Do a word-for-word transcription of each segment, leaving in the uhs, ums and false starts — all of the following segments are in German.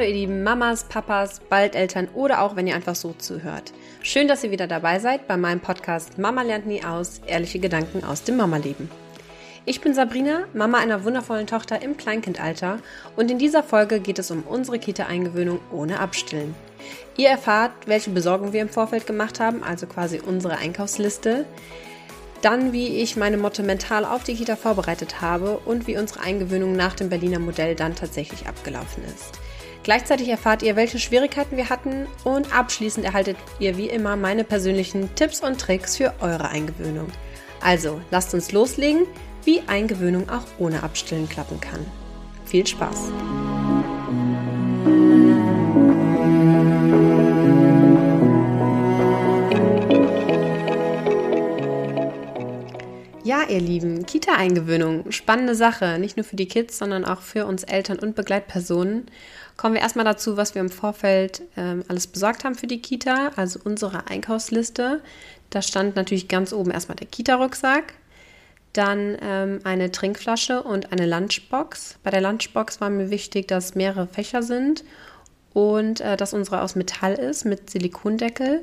ihr lieben Mamas, Papas, bald Eltern oder auch wenn ihr einfach so zuhört. Schön, dass ihr wieder dabei seid bei meinem Podcast Mama lernt nie aus, ehrliche Gedanken aus dem Mama-Leben. Ich bin Sabrina, Mama einer wundervollen Tochter im Kleinkindalter und in dieser Folge geht es um unsere Kita-Eingewöhnung ohne Abstillen. Ihr erfahrt, welche Besorgung wir im Vorfeld gemacht haben, also quasi unsere Einkaufsliste, dann wie ich meine Motte mental auf die Kita vorbereitet habe und wie unsere Eingewöhnung nach dem Berliner Modell dann tatsächlich abgelaufen ist. Gleichzeitig erfahrt ihr, welche Schwierigkeiten wir hatten und abschließend erhaltet ihr wie immer meine persönlichen Tipps und Tricks für eure Eingewöhnung. Also, lasst uns loslegen, wie Eingewöhnung auch ohne Abstillen klappen kann. Viel Spaß! Ja, ihr Lieben, Kita-Eingewöhnung, spannende Sache, nicht nur für die Kids, sondern auch für uns Eltern und Begleitpersonen. Kommen wir erstmal dazu, was wir im Vorfeld ähm, alles besorgt haben für die Kita, also unsere Einkaufsliste. Da stand natürlich ganz oben erstmal der Kita-Rucksack, dann ähm, eine Trinkflasche und eine Lunchbox. Bei der Lunchbox war mir wichtig, dass mehrere Fächer sind und äh, dass unsere aus Metall ist mit Silikondeckel.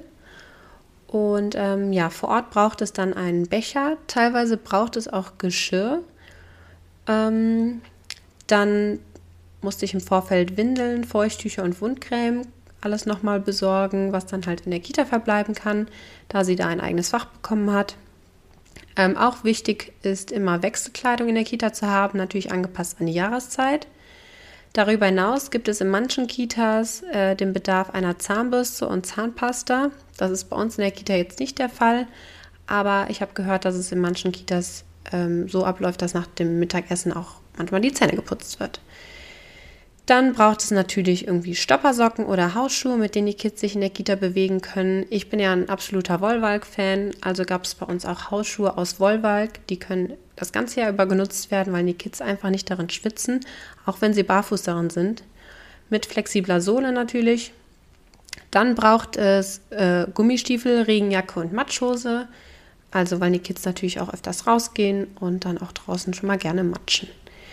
Und ähm, ja, vor Ort braucht es dann einen Becher, teilweise braucht es auch Geschirr. Ähm, dann musste ich im Vorfeld Windeln, Feuchttücher und Wundcreme alles nochmal besorgen, was dann halt in der Kita verbleiben kann, da sie da ein eigenes Fach bekommen hat. Ähm, auch wichtig ist immer Wechselkleidung in der Kita zu haben, natürlich angepasst an die Jahreszeit. Darüber hinaus gibt es in manchen Kitas äh, den Bedarf einer Zahnbürste und Zahnpasta. Das ist bei uns in der Kita jetzt nicht der Fall, aber ich habe gehört, dass es in manchen Kitas ähm, so abläuft, dass nach dem Mittagessen auch manchmal die Zähne geputzt wird. Dann braucht es natürlich irgendwie Stoppersocken oder Hausschuhe, mit denen die Kids sich in der Kita bewegen können. Ich bin ja ein absoluter Wollwalk-Fan, also gab es bei uns auch Hausschuhe aus Wollwalk. Die können das ganze Jahr über genutzt werden, weil die Kids einfach nicht darin schwitzen, auch wenn sie barfuß darin sind. Mit flexibler Sohle natürlich. Dann braucht es äh, Gummistiefel, Regenjacke und Matschhose, also weil die Kids natürlich auch öfters rausgehen und dann auch draußen schon mal gerne matschen.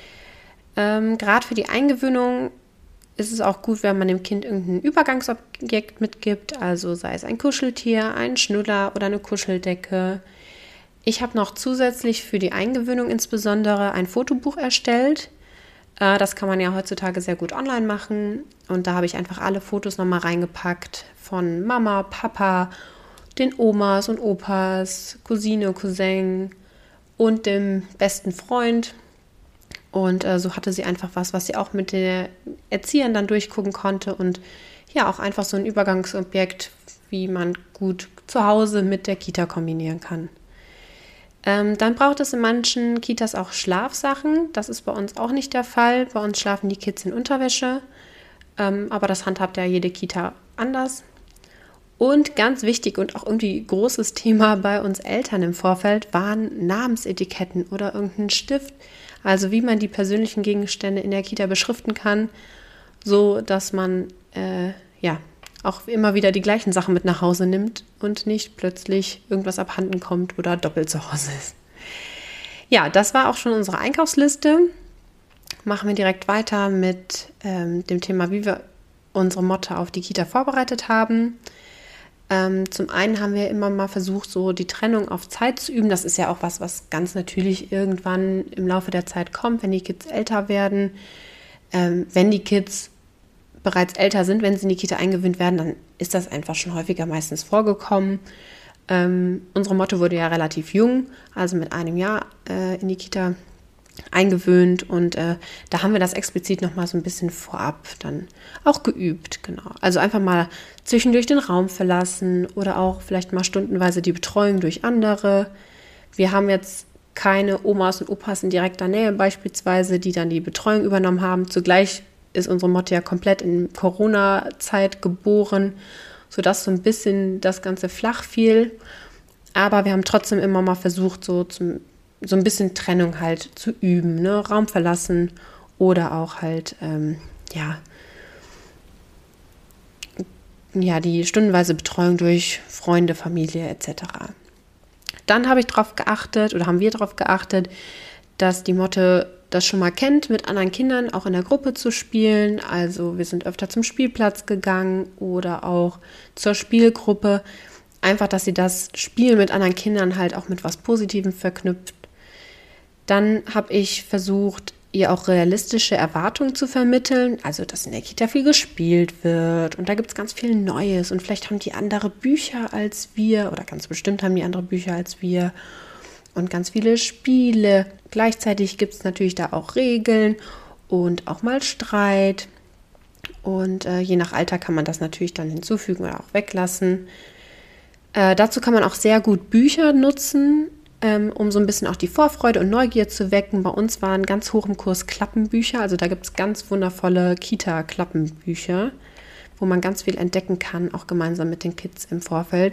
Ähm, Gerade für die Eingewöhnung ist es auch gut, wenn man dem Kind irgendein Übergangsobjekt mitgibt, also sei es ein Kuscheltier, ein Schnuller oder eine Kuscheldecke. Ich habe noch zusätzlich für die Eingewöhnung insbesondere ein Fotobuch erstellt. Äh, das kann man ja heutzutage sehr gut online machen und da habe ich einfach alle Fotos nochmal reingepackt von Mama, Papa, den Omas und Opas, Cousine, Cousin und dem besten Freund. Und äh, so hatte sie einfach was, was sie auch mit den Erziehern dann durchgucken konnte und ja, auch einfach so ein Übergangsobjekt, wie man gut zu Hause mit der Kita kombinieren kann. Ähm, dann braucht es in manchen Kitas auch Schlafsachen. Das ist bei uns auch nicht der Fall. Bei uns schlafen die Kids in Unterwäsche, ähm, aber das handhabt ja jede Kita anders. Und ganz wichtig und auch irgendwie großes Thema bei uns Eltern im Vorfeld waren Namensetiketten oder irgendein Stift. Also wie man die persönlichen Gegenstände in der Kita beschriften kann, so dass man äh, ja auch immer wieder die gleichen Sachen mit nach Hause nimmt und nicht plötzlich irgendwas abhanden kommt oder doppelt zu Hause ist. Ja, das war auch schon unsere Einkaufsliste. Machen wir direkt weiter mit ähm, dem Thema, wie wir unsere Motte auf die Kita vorbereitet haben. Ähm, zum einen haben wir immer mal versucht, so die Trennung auf Zeit zu üben. Das ist ja auch was, was ganz natürlich irgendwann im Laufe der Zeit kommt, wenn die Kids älter werden. Ähm, wenn die Kids bereits älter sind, wenn sie in die Kita eingewöhnt werden, dann ist das einfach schon häufiger meistens vorgekommen. Ähm, unsere Motte wurde ja relativ jung, also mit einem Jahr äh, in die Kita eingewöhnt und äh, da haben wir das explizit nochmal so ein bisschen vorab dann auch geübt, genau. Also einfach mal zwischendurch den Raum verlassen oder auch vielleicht mal stundenweise die Betreuung durch andere. Wir haben jetzt keine Omas und Opas in direkter Nähe beispielsweise, die dann die Betreuung übernommen haben. Zugleich ist unsere Motte ja komplett in Corona-Zeit geboren, sodass so ein bisschen das Ganze flach fiel. Aber wir haben trotzdem immer mal versucht, so zum so ein bisschen Trennung halt zu üben, ne? Raum verlassen oder auch halt, ähm, ja, ja, die stundenweise Betreuung durch Freunde, Familie et cetera. Dann habe ich darauf geachtet oder haben wir darauf geachtet, dass die Motte das schon mal kennt, mit anderen Kindern auch in der Gruppe zu spielen. Also wir sind öfter zum Spielplatz gegangen oder auch zur Spielgruppe. Einfach, dass sie das Spielen mit anderen Kindern halt auch mit was Positivem verknüpft. Dann habe ich versucht, ihr auch realistische Erwartungen zu vermitteln. Also, dass in der Kita viel gespielt wird und da gibt es ganz viel Neues. Und vielleicht haben die andere Bücher als wir oder ganz bestimmt haben die andere Bücher als wir. Und ganz viele Spiele. Gleichzeitig gibt es natürlich da auch Regeln und auch mal Streit. Und äh, je nach Alter kann man das natürlich dann hinzufügen oder auch weglassen. Äh, dazu kann man auch sehr gut Bücher nutzen, ähm, um so ein bisschen auch die Vorfreude und Neugier zu wecken. Bei uns waren ganz hoch im Kurs Klappenbücher. Also da gibt es ganz wundervolle Kita-Klappenbücher, wo man ganz viel entdecken kann, auch gemeinsam mit den Kids im Vorfeld.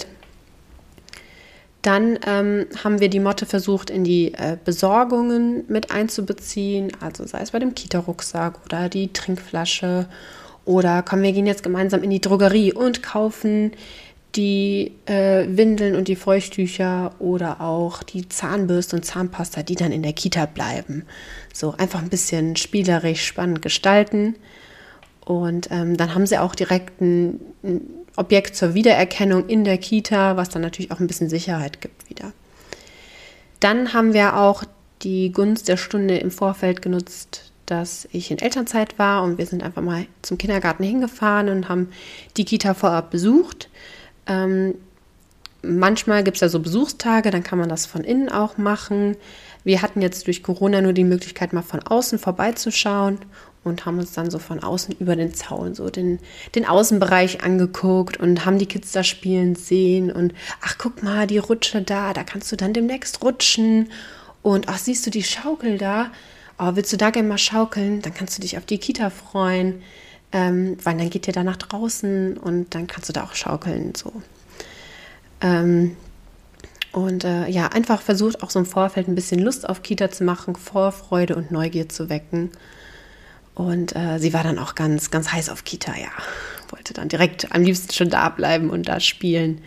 Dann ähm, haben wir die Motte versucht, in die äh, Besorgungen mit einzubeziehen, also sei es bei dem Kita-Rucksack oder die Trinkflasche oder komm, wir gehen jetzt gemeinsam in die Drogerie und kaufen die äh, Windeln und die Feuchttücher oder auch die Zahnbürste und Zahnpasta, die dann in der Kita bleiben. So einfach ein bisschen spielerisch spannend gestalten. Und ähm, dann haben sie auch direkt ein, ein Objekt zur Wiedererkennung in der Kita, was dann natürlich auch ein bisschen Sicherheit gibt wieder. Dann haben wir auch die Gunst der Stunde im Vorfeld genutzt, dass ich in Elternzeit war und wir sind einfach mal zum Kindergarten hingefahren und haben die Kita vorab besucht. Ähm, manchmal gibt es ja so Besuchstage, dann kann man das von innen auch machen. Wir hatten jetzt durch Corona nur die Möglichkeit, mal von außen vorbeizuschauen und haben uns dann so von außen über den Zaun so den, den Außenbereich angeguckt und haben die Kids da spielen sehen und ach, guck mal, die Rutsche da, da kannst du dann demnächst rutschen und ach, siehst du die Schaukel da? Oh, willst du da gerne mal schaukeln? Dann kannst du dich auf die Kita freuen, ähm, weil dann geht ihr da nach draußen und dann kannst du da auch schaukeln, so. Ähm, und äh, ja, einfach versucht auch so im Vorfeld ein bisschen Lust auf Kita zu machen, Vorfreude und Neugier zu wecken. Und äh, sie war dann auch ganz, ganz heiß auf Kita, ja. Wollte dann direkt am liebsten schon da bleiben und da spielen.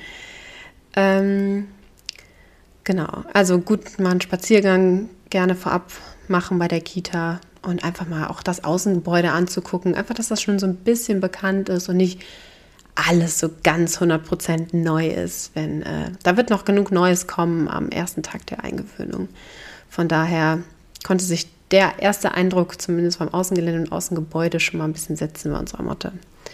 Ähm, genau, also gut, mal einen Spaziergang gerne vorab machen bei der Kita und einfach mal auch das Außengebäude anzugucken. Einfach, dass das schon so ein bisschen bekannt ist und nicht alles so ganz hundert Prozent neu ist. Wenn, äh, da wird noch genug Neues kommen am ersten Tag der Eingewöhnung. Von daher konnte sich der erste Eindruck, zumindest vom Außengelände und Außengebäude, schon mal ein bisschen setzen bei unserer Motte.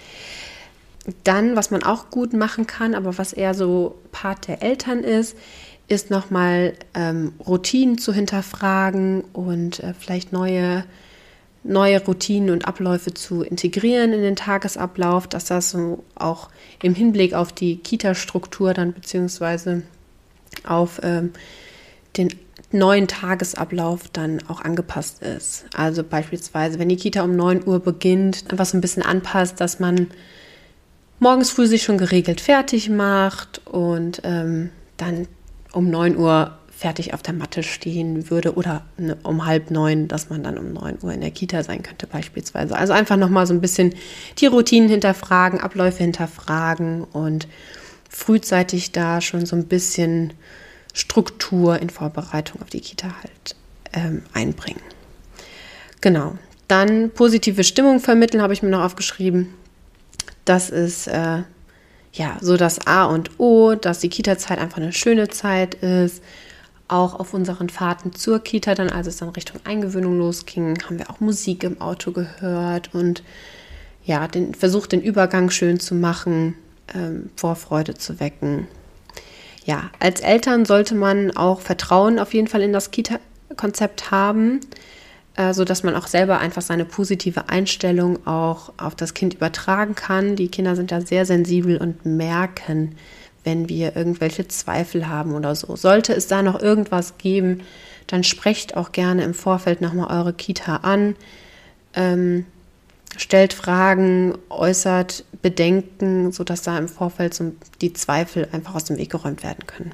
Dann, was man auch gut machen kann, aber was eher so Part der Eltern ist, ist nochmal ähm, Routinen zu hinterfragen und äh, vielleicht neue, neue Routinen und Abläufe zu integrieren in den Tagesablauf, dass das so auch im Hinblick auf die Kita-Struktur dann beziehungsweise auf ähm, den neuen Tagesablauf dann auch angepasst ist. Also beispielsweise, wenn die Kita um neun Uhr beginnt, einfach so ein bisschen anpasst, dass man morgens früh sich schon geregelt fertig macht und ähm, dann um neun Uhr fertig auf der Matte stehen würde oder ne, um halb neun, dass man dann um neun Uhr in der Kita sein könnte beispielsweise. Also einfach nochmal so ein bisschen die Routinen hinterfragen, Abläufe hinterfragen und frühzeitig da schon so ein bisschen Struktur in Vorbereitung auf die Kita halt ähm, einbringen. Genau. Dann positive Stimmung vermitteln, habe ich mir noch aufgeschrieben. Das ist äh, ja so das A und O, dass die Kita-Zeit einfach eine schöne Zeit ist. Auch auf unseren Fahrten zur Kita, dann als es dann Richtung Eingewöhnung losging, haben wir auch Musik im Auto gehört und ja, den, versucht den Übergang schön zu machen, ähm, Vorfreude zu wecken. Ja, als Eltern sollte man auch Vertrauen auf jeden Fall in das Kita-Konzept haben, äh, sodass man auch selber einfach seine positive Einstellung auch auf das Kind übertragen kann. Die Kinder sind da sehr sensibel und merken, wenn wir irgendwelche Zweifel haben oder so. Sollte es da noch irgendwas geben, dann sprecht auch gerne im Vorfeld nochmal eure Kita an. Ähm, stellt Fragen, äußert Bedenken, sodass da im Vorfeld so die Zweifel einfach aus dem Weg geräumt werden können.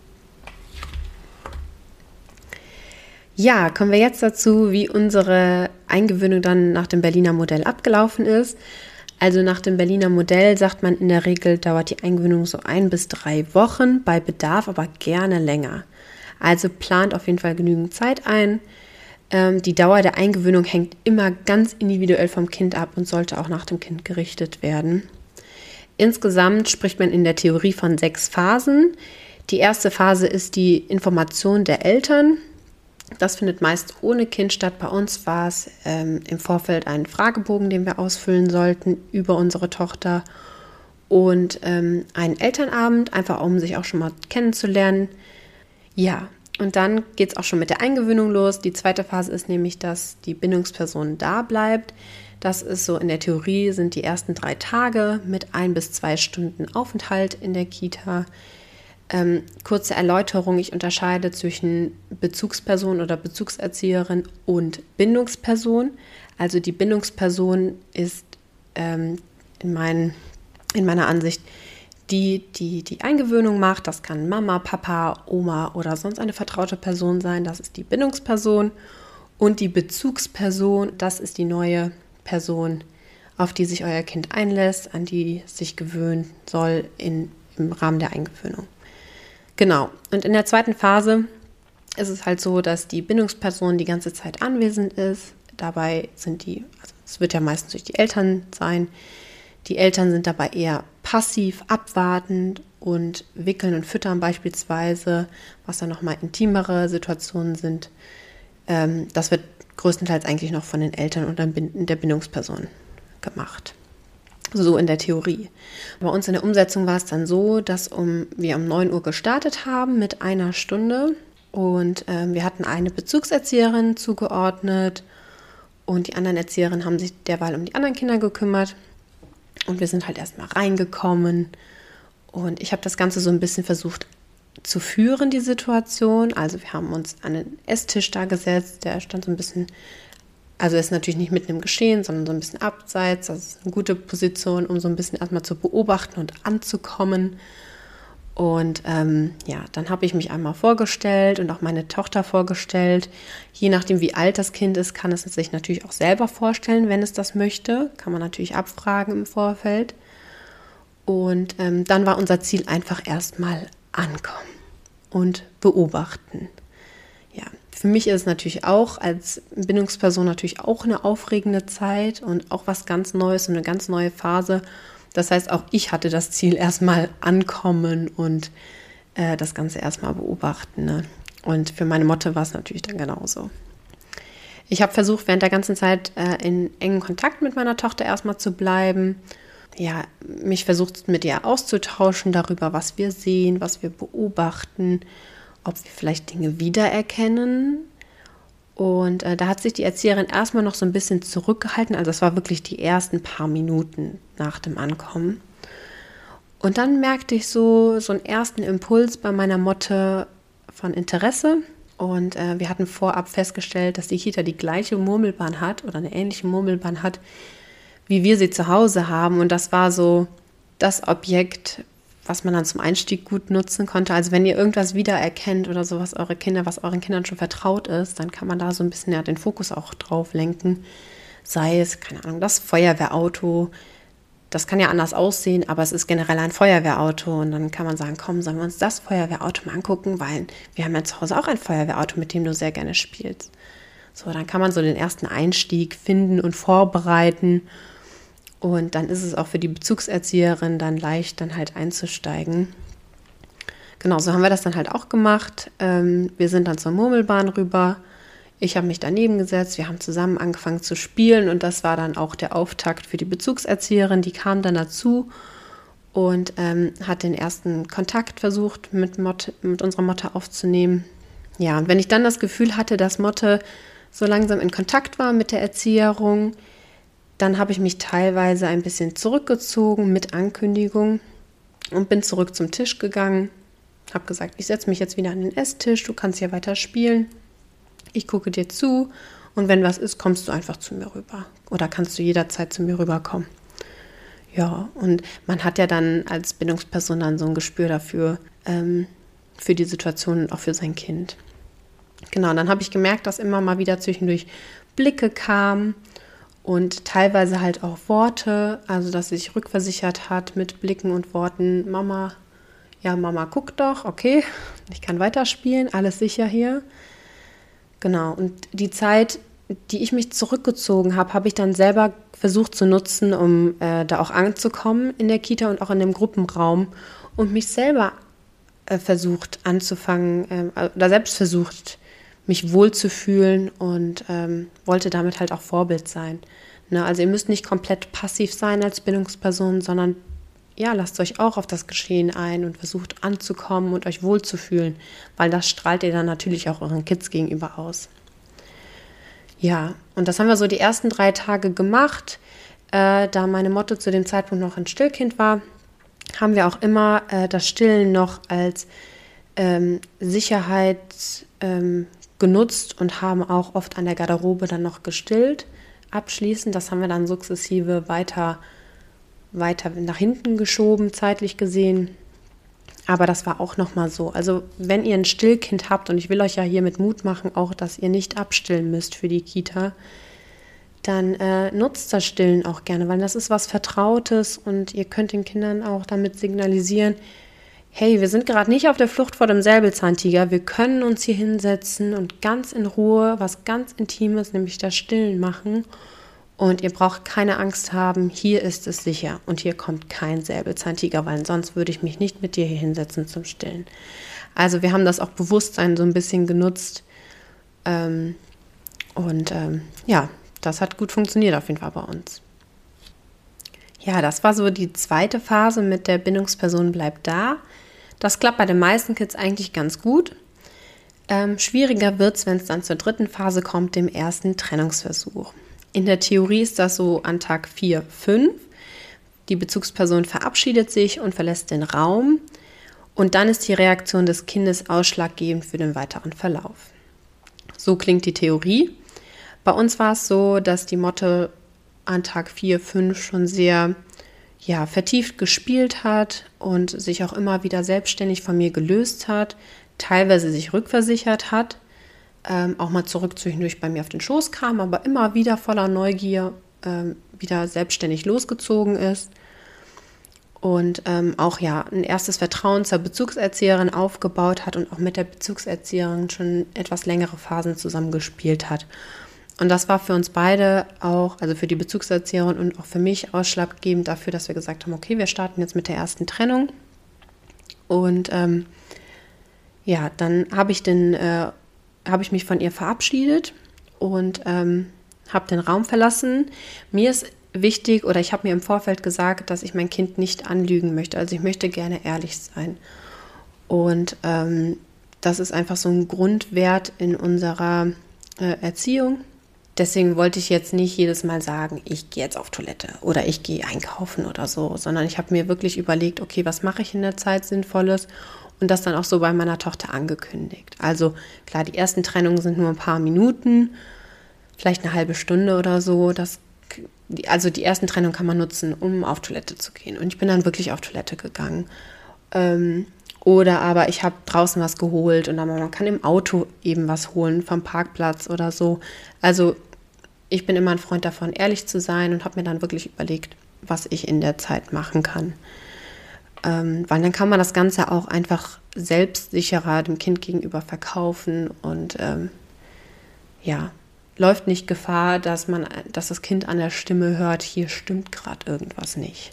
Ja, kommen wir jetzt dazu, wie unsere Eingewöhnung dann nach dem Berliner Modell abgelaufen ist. Also nach dem Berliner Modell sagt man in der Regel, dauert die Eingewöhnung so ein bis drei Wochen, bei Bedarf aber gerne länger. Also plant auf jeden Fall genügend Zeit ein. Ähm, die Dauer der Eingewöhnung hängt immer ganz individuell vom Kind ab und sollte auch nach dem Kind gerichtet werden. Insgesamt spricht man in der Theorie von sechs Phasen. Die erste Phase ist die Information der Eltern. Das findet meist ohne Kind statt. Bei uns war es ähm, im Vorfeld ein Fragebogen, den wir ausfüllen sollten über unsere Tochter und ähm, einen Elternabend, einfach um sich auch schon mal kennenzulernen. Ja, und dann geht es auch schon mit der Eingewöhnung los. Die zweite Phase ist nämlich, dass die Bindungsperson da bleibt. Das ist so in der Theorie, sind die ersten drei Tage mit ein bis zwei Stunden Aufenthalt in der Kita. Ähm, kurze Erläuterung, ich unterscheide zwischen Bezugsperson oder Bezugserzieherin und Bindungsperson. Also die Bindungsperson ist ähm, in, mein, in meiner Ansicht die, die die Eingewöhnung macht. Das kann Mama, Papa, Oma oder sonst eine vertraute Person sein. Das ist die Bindungsperson. Und die Bezugsperson, das ist die neue Person, auf die sich euer Kind einlässt, an die sich gewöhnen soll in, im Rahmen der Eingewöhnung. Genau, und in der zweiten Phase ist es halt so, dass die Bindungsperson die ganze Zeit anwesend ist. Dabei sind die, also es wird ja meistens durch die Eltern sein, die Eltern sind dabei eher passiv, abwartend und wickeln und füttern beispielsweise, was dann nochmal intimere Situationen sind. Ähm, das wird größtenteils eigentlich noch von den Eltern und der Bindungsperson gemacht. So in der Theorie. Bei uns in der Umsetzung war es dann so, dass um, wir um neun Uhr gestartet haben mit einer Stunde und ähm, wir hatten eine Bezugserzieherin zugeordnet und die anderen Erzieherinnen haben sich derweil um die anderen Kinder gekümmert und wir sind halt erstmal reingekommen und ich habe das Ganze so ein bisschen versucht zu führen, die Situation. Also wir haben uns an den Esstisch da gesetzt, der stand so ein bisschen, also ist natürlich nicht mitten im Geschehen, sondern so ein bisschen abseits. Das ist eine gute Position, um so ein bisschen erstmal zu beobachten und anzukommen. Und ähm, ja, dann habe ich mich einmal vorgestellt und auch meine Tochter vorgestellt. Je nachdem, wie alt das Kind ist, kann es sich natürlich auch selber vorstellen, wenn es das möchte. Kann man natürlich abfragen im Vorfeld. Und ähm, dann war unser Ziel einfach erstmal ankommen und beobachten. Ja, für mich ist es natürlich auch als Bindungsperson natürlich auch eine aufregende Zeit und auch was ganz Neues und eine ganz neue Phase. Das heißt, auch ich hatte das Ziel, erstmal ankommen und äh, das Ganze erstmal beobachten. Ne? Und für meine Motte war es natürlich dann genauso. Ich habe versucht, während der ganzen Zeit äh, in engen Kontakt mit meiner Tochter erstmal zu bleiben. Ja, mich versucht mit ihr auszutauschen darüber, was wir sehen, was wir beobachten, ob wir vielleicht Dinge wiedererkennen. Und äh, da hat sich die Erzieherin erstmal noch so ein bisschen zurückgehalten. Also das war wirklich die ersten paar Minuten nach dem Ankommen. Und dann merkte ich so, so einen ersten Impuls bei meiner Motte von Interesse. Und äh, wir hatten vorab festgestellt, dass die Kita die gleiche Murmelbahn hat oder eine ähnliche Murmelbahn hat, wie wir sie zu Hause haben. Und das war so das Objekt, was man dann zum Einstieg gut nutzen konnte. Also wenn ihr irgendwas wiedererkennt oder so, was eure Kinder, was euren Kindern schon vertraut ist, dann kann man da so ein bisschen ja, den Fokus auch drauf lenken. Sei es, keine Ahnung, das Feuerwehrauto. Das kann ja anders aussehen, aber es ist generell ein Feuerwehrauto. Und dann kann man sagen, komm, sollen wir uns das Feuerwehrauto mal angucken, weil wir haben ja zu Hause auch ein Feuerwehrauto, mit dem du sehr gerne spielst. So, dann kann man so den ersten Einstieg finden und vorbereiten. Und dann ist es auch für die Bezugserzieherin dann leicht, dann halt einzusteigen. Genau, so haben wir das dann halt auch gemacht. Ähm, wir sind dann zur Murmelbahn rüber. Ich habe mich daneben gesetzt. Wir haben zusammen angefangen zu spielen. Und das war dann auch der Auftakt für die Bezugserzieherin. Die kam dann dazu und ähm, hat den ersten Kontakt versucht, mit, Motte, mit unserer Motte aufzunehmen. Ja, und wenn ich dann das Gefühl hatte, dass Motte so langsam in Kontakt war mit der Erzieherung, dann habe ich mich teilweise ein bisschen zurückgezogen mit Ankündigung und bin zurück zum Tisch gegangen. Habe gesagt, ich setze mich jetzt wieder an den Esstisch, du kannst hier weiter spielen. Ich gucke dir zu und wenn was ist, kommst du einfach zu mir rüber. Oder kannst du jederzeit zu mir rüberkommen. Ja, und man hat ja dann als Bindungsperson dann so ein Gespür dafür, ähm, für die Situation und auch für sein Kind. Genau, und dann habe ich gemerkt, dass immer mal wieder zwischendurch Blicke kamen. Und teilweise halt auch Worte, also dass sie sich rückversichert hat mit Blicken und Worten. Mama, ja Mama, guck doch, okay, ich kann weiterspielen, alles sicher hier. Genau. Und die Zeit, die ich mich zurückgezogen habe, habe ich dann selber versucht zu nutzen, um äh, da auch anzukommen in der Kita und auch in dem Gruppenraum und mich selber äh, versucht anzufangen, äh, oder selbst versucht, mich wohlzufühlen und ähm, wollte damit halt auch Vorbild sein. Ne? Also ihr müsst nicht komplett passiv sein als Bindungsperson, sondern ja, lasst euch auch auf das Geschehen ein und versucht anzukommen und euch wohlzufühlen, weil das strahlt ihr dann natürlich auch euren Kids gegenüber aus. Ja, und das haben wir so die ersten drei Tage gemacht. Äh, da meine Motte zu dem Zeitpunkt noch ein Stillkind war, haben wir auch immer äh, das Stillen noch als ähm, Sicherheit ähm, genutzt und haben auch oft an der Garderobe dann noch gestillt. Abschließend, das haben wir dann sukzessive weiter, weiter nach hinten geschoben, zeitlich gesehen. Aber das war auch nochmal so. Also wenn ihr ein Stillkind habt, und ich will euch ja hiermit Mut machen, auch, dass ihr nicht abstillen müsst für die Kita, dann äh, nutzt das Stillen auch gerne, weil das ist was Vertrautes und ihr könnt den Kindern auch damit signalisieren, hey, wir sind gerade nicht auf der Flucht vor dem Säbelzahntiger, wir können uns hier hinsetzen und ganz in Ruhe was ganz Intimes, nämlich das Stillen machen. Und ihr braucht keine Angst haben, hier ist es sicher und hier kommt kein Säbelzahntiger, weil sonst würde ich mich nicht mit dir hier hinsetzen zum Stillen. Also wir haben das auch Bewusstsein so ein bisschen genutzt ähm, und ähm, ja, das hat gut funktioniert auf jeden Fall bei uns. Ja, das war so die zweite Phase mit der Bindungsperson bleibt da. Das klappt bei den meisten Kids eigentlich ganz gut. Ähm, schwieriger wird es, wenn es dann zur dritten Phase kommt, dem ersten Trennungsversuch. In der Theorie ist das so an Tag vier, fünf. Die Bezugsperson verabschiedet sich und verlässt den Raum. Und dann ist die Reaktion des Kindes ausschlaggebend für den weiteren Verlauf. So klingt die Theorie. Bei uns war es so, dass die Motte an Tag vier, fünf schon sehr ja, vertieft gespielt hat und sich auch immer wieder selbstständig von mir gelöst hat, teilweise sich rückversichert hat. Ähm, auch mal zurück zwischendurch bei mir auf den Schoß kam, aber immer wieder voller Neugier ähm, wieder selbstständig losgezogen ist und ähm, auch ja ein erstes Vertrauen zur Bezugserzieherin aufgebaut hat und auch mit der Bezugserzieherin schon etwas längere Phasen zusammen gespielt hat. Und das war für uns beide auch, also für die Bezugserzieherin und auch für mich ausschlaggebend dafür, dass wir gesagt haben, okay, wir starten jetzt mit der ersten Trennung und ähm, ja, dann habe ich den äh, habe ich mich von ihr verabschiedet und ähm, habe den Raum verlassen. Mir ist wichtig, oder ich habe mir im Vorfeld gesagt, dass ich mein Kind nicht anlügen möchte. Also ich möchte gerne ehrlich sein. Und ähm, das ist einfach so ein Grundwert in unserer äh, Erziehung. Deswegen wollte ich jetzt nicht jedes Mal sagen, ich gehe jetzt auf Toilette oder ich gehe einkaufen oder so, sondern ich habe mir wirklich überlegt, okay, was mache ich in der Zeit Sinnvolles? Und das dann auch so bei meiner Tochter angekündigt. Also klar, die ersten Trennungen sind nur ein paar Minuten, vielleicht eine halbe Stunde oder so. Das, also die ersten Trennungen kann man nutzen, um auf Toilette zu gehen. Und ich bin dann wirklich auf Toilette gegangen. Ähm, oder aber ich habe draußen was geholt und dann man kann im Auto eben was holen vom Parkplatz oder so. Also ich bin immer ein Freund davon, ehrlich zu sein und habe mir dann wirklich überlegt, was ich in der Zeit machen kann. Ähm, weil dann kann man das Ganze auch einfach selbstsicherer dem Kind gegenüber verkaufen und ähm, ja, läuft nicht Gefahr, dass man, dass das Kind an der Stimme hört, hier stimmt gerade irgendwas nicht.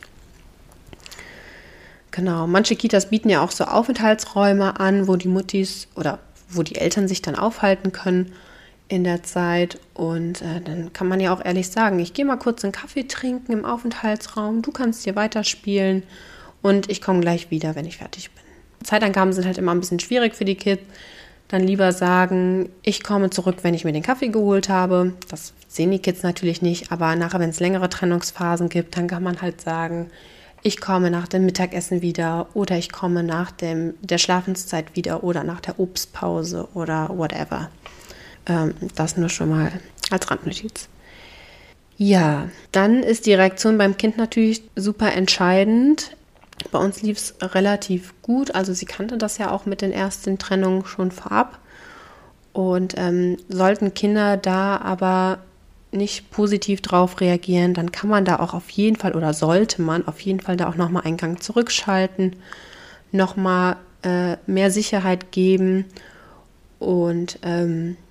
Genau, manche Kitas bieten ja auch so Aufenthaltsräume an, wo die Muttis oder wo die Eltern sich dann aufhalten können in der Zeit und äh, dann kann man ja auch ehrlich sagen, ich gehe mal kurz einen Kaffee trinken im Aufenthaltsraum, du kannst hier weiterspielen. Und ich komme gleich wieder, wenn ich fertig bin. Zeitangaben sind halt immer ein bisschen schwierig für die Kids. Dann lieber sagen, ich komme zurück, wenn ich mir den Kaffee geholt habe. Das sehen die Kids natürlich nicht, aber nachher, wenn es längere Trennungsphasen gibt, dann kann man halt sagen, ich komme nach dem Mittagessen wieder oder ich komme nach dem, der Schlafenszeit wieder oder nach der Obstpause oder whatever. Ähm, das nur schon mal als Randnotiz. Ja, dann ist die Reaktion beim Kind natürlich super entscheidend. Bei uns lief es relativ gut, also sie kannte das ja auch mit den ersten Trennungen schon vorab und ähm, sollten Kinder da aber nicht positiv drauf reagieren, dann kann man da auch auf jeden Fall oder sollte man auf jeden Fall da auch nochmal einen Gang zurückschalten, nochmal äh, mehr Sicherheit geben und ähm,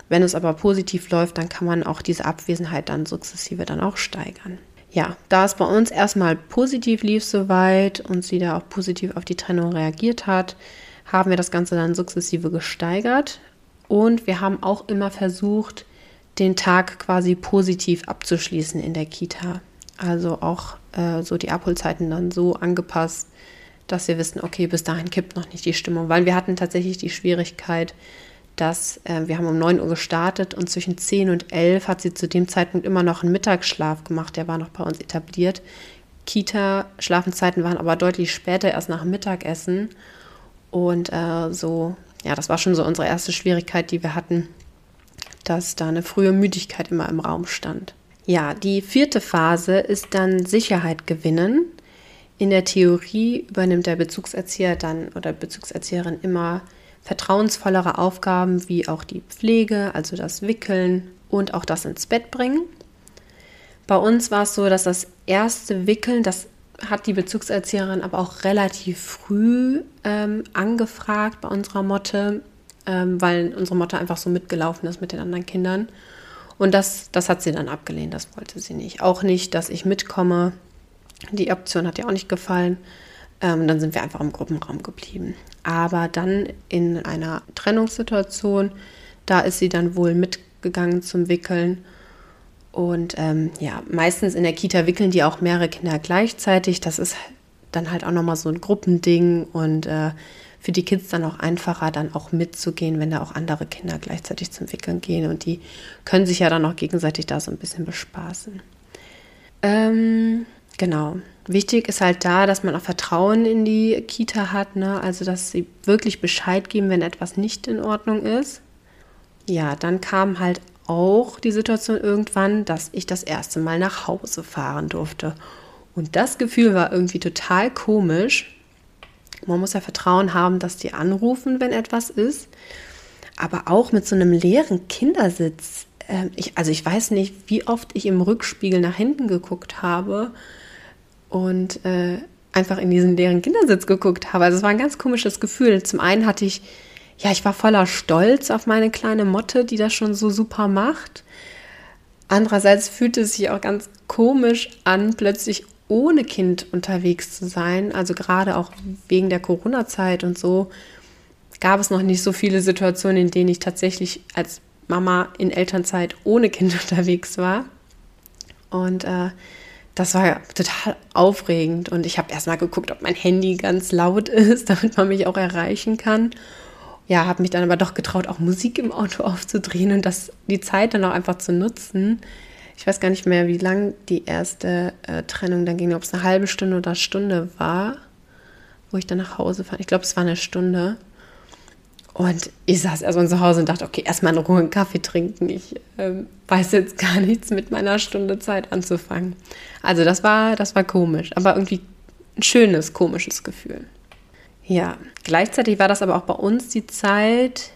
Wenn es aber positiv läuft, dann kann man auch diese Abwesenheit dann sukzessive dann auch steigern. Ja, da es bei uns erstmal positiv lief soweit und sie da auch positiv auf die Trennung reagiert hat, haben wir das Ganze dann sukzessive gesteigert. Und wir haben auch immer versucht, den Tag quasi positiv abzuschließen in der Kita. Also auch äh, so die Abholzeiten dann so angepasst, dass wir wissen, okay, bis dahin kippt noch nicht die Stimmung. Weil wir hatten tatsächlich die Schwierigkeit, dass äh, wir haben um neun Uhr gestartet und zwischen zehn und elf hat sie zu dem Zeitpunkt immer noch einen Mittagsschlaf gemacht. Der war noch bei uns etabliert. Kita-Schlafenszeiten waren aber deutlich später, erst nach dem Mittagessen. Und äh, so, ja, das war schon so unsere erste Schwierigkeit, die wir hatten, dass da eine frühe Müdigkeit immer im Raum stand. Ja, die vierte Phase ist dann Sicherheit gewinnen. In der Theorie übernimmt der Bezugserzieher dann oder Bezugserzieherin immer vertrauensvollere Aufgaben wie auch die Pflege, also das Wickeln und auch das ins Bett bringen. Bei uns war es so, dass das erste Wickeln, das hat die Bezugserzieherin aber auch relativ früh ähm, angefragt bei unserer Motte, ähm, weil unsere Motte einfach so mitgelaufen ist mit den anderen Kindern. Und das, das hat sie dann abgelehnt, das wollte sie nicht. Auch nicht, dass ich mitkomme. Die Option hat ihr auch nicht gefallen. Ähm, dann sind wir einfach im Gruppenraum geblieben. Aber dann in einer Trennungssituation, da ist sie dann wohl mitgegangen zum Wickeln. Und ähm, ja, meistens in der Kita wickeln die auch mehrere Kinder gleichzeitig. Das ist dann halt auch nochmal so ein Gruppending und äh, für die Kids dann auch einfacher, dann auch mitzugehen, wenn da auch andere Kinder gleichzeitig zum Wickeln gehen. Und die können sich ja dann auch gegenseitig da so ein bisschen bespaßen. Ähm, genau. Wichtig ist halt da, dass man auch Vertrauen in die Kita hat, ne? Also dass sie wirklich Bescheid geben, wenn etwas nicht in Ordnung ist. Ja, dann kam halt auch die Situation irgendwann, dass ich das erste Mal nach Hause fahren durfte. Und das Gefühl war irgendwie total komisch. Man muss ja Vertrauen haben, dass die anrufen, wenn etwas ist. Aber auch mit so einem leeren Kindersitz. Ähm, ich, also ich weiß nicht, wie oft ich im Rückspiegel nach hinten geguckt habe und äh, einfach in diesen leeren Kindersitz geguckt habe. Also es war ein ganz komisches Gefühl. Zum einen hatte ich Ja, ich war voller Stolz auf meine kleine Motte, die das schon so super macht. Andererseits fühlte es sich auch ganz komisch an, plötzlich ohne Kind unterwegs zu sein. Also gerade auch wegen der Corona-Zeit und so gab es noch nicht so viele Situationen, in denen ich tatsächlich als Mama in Elternzeit ohne Kind unterwegs war. Und äh, das war total aufregend. Und ich habe erstmal geguckt, ob mein Handy ganz laut ist, damit man mich auch erreichen kann. Ja, habe mich dann aber doch getraut, auch Musik im Auto aufzudrehen und das, die Zeit dann auch einfach zu nutzen. Ich weiß gar nicht mehr, wie lang die erste äh, Trennung dann ging, ob es eine halbe Stunde oder eine Stunde war, wo ich dann nach Hause fand. Ich glaube, es war eine Stunde. Und ich saß erstmal zu Hause und dachte, okay, erstmal in Ruhe einen Kaffee trinken. Ich ähm, weiß jetzt gar nichts mit meiner Stunde Zeit anzufangen. Also das war, das war komisch, aber irgendwie ein schönes, komisches Gefühl. Ja, gleichzeitig war das aber auch bei uns die Zeit,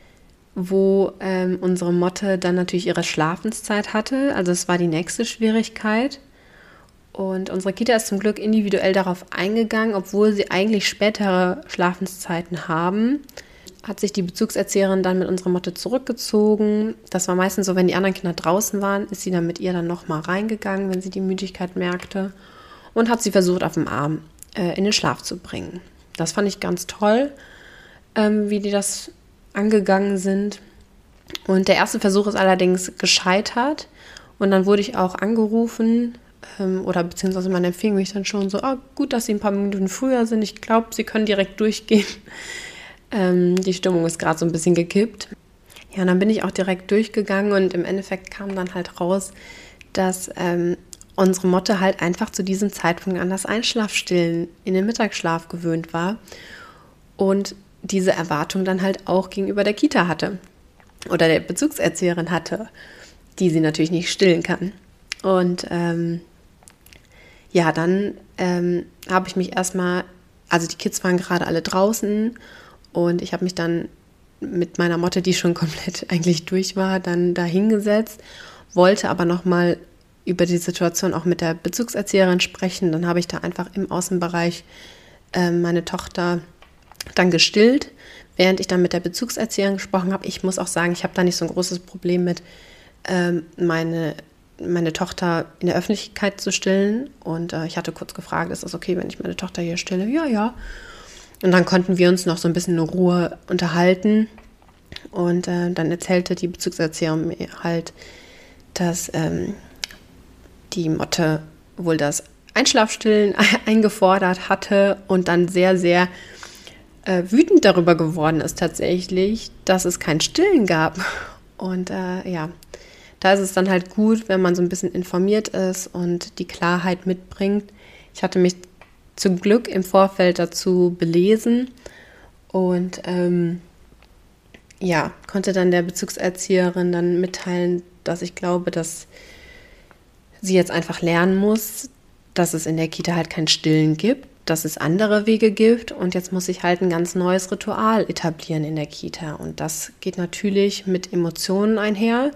wo ähm, unsere Motte dann natürlich ihre Schlafenszeit hatte. Also es war die nächste Schwierigkeit. Und unsere Kita ist zum Glück individuell darauf eingegangen, obwohl sie eigentlich spätere Schlafenszeiten haben, hat sich die Bezugserzieherin dann mit unserer Motte zurückgezogen. Das war meistens so, wenn die anderen Kinder draußen waren, ist sie dann mit ihr dann nochmal reingegangen, wenn sie die Müdigkeit merkte und hat sie versucht, auf dem Arm äh, in den Schlaf zu bringen. Das fand ich ganz toll, ähm, wie die das angegangen sind. Und der erste Versuch ist allerdings gescheitert. Und dann wurde ich auch angerufen, ähm, oder beziehungsweise man empfing mich dann schon so, oh, gut, dass Sie ein paar Minuten früher sind. Ich glaube, Sie können direkt durchgehen. ähm, die Stimmung ist gerade so ein bisschen gekippt. Ja, und dann bin ich auch direkt durchgegangen und im Endeffekt kam dann halt raus, dass ähm, unsere Motte halt einfach zu diesem Zeitpunkt an das Einschlafstillen in den Mittagsschlaf gewöhnt war und diese Erwartung dann halt auch gegenüber der Kita hatte oder der Bezugserzieherin hatte, die sie natürlich nicht stillen kann. Und ähm, ja, dann ähm, habe ich mich erstmal, also die Kids waren gerade alle draußen und ich habe mich dann mit meiner Motte, die schon komplett eigentlich durch war, dann da hingesetzt, wollte aber nochmal über die Situation auch mit der Bezugserzieherin sprechen. Dann habe ich da einfach im Außenbereich äh, meine Tochter dann gestillt, während ich dann mit der Bezugserzieherin gesprochen habe, ich muss auch sagen, ich habe da nicht so ein großes Problem mit, ähm, meine, meine Tochter in der Öffentlichkeit zu stillen. Und äh, ich hatte kurz gefragt, ist das okay, wenn ich meine Tochter hier stille? Ja, ja. Und dann konnten wir uns noch so ein bisschen in Ruhe unterhalten. Und äh, dann erzählte die Bezugserzieherin mir halt, dass ähm, die Motte wohl das Einschlafstillen eingefordert hatte und dann sehr, sehr äh, wütend darüber geworden ist tatsächlich, dass es kein Stillen gab. Und äh, ja, da ist es dann halt gut, wenn man so ein bisschen informiert ist und die Klarheit mitbringt. Ich hatte mich zum Glück im Vorfeld dazu belesen und ähm, ja, konnte dann der Bezugserzieherin dann mitteilen, dass ich glaube, dass sie jetzt einfach lernen muss, dass es in der Kita halt kein Stillen gibt, dass es andere Wege gibt und jetzt muss ich halt ein ganz neues Ritual etablieren in der Kita und das geht natürlich mit Emotionen einher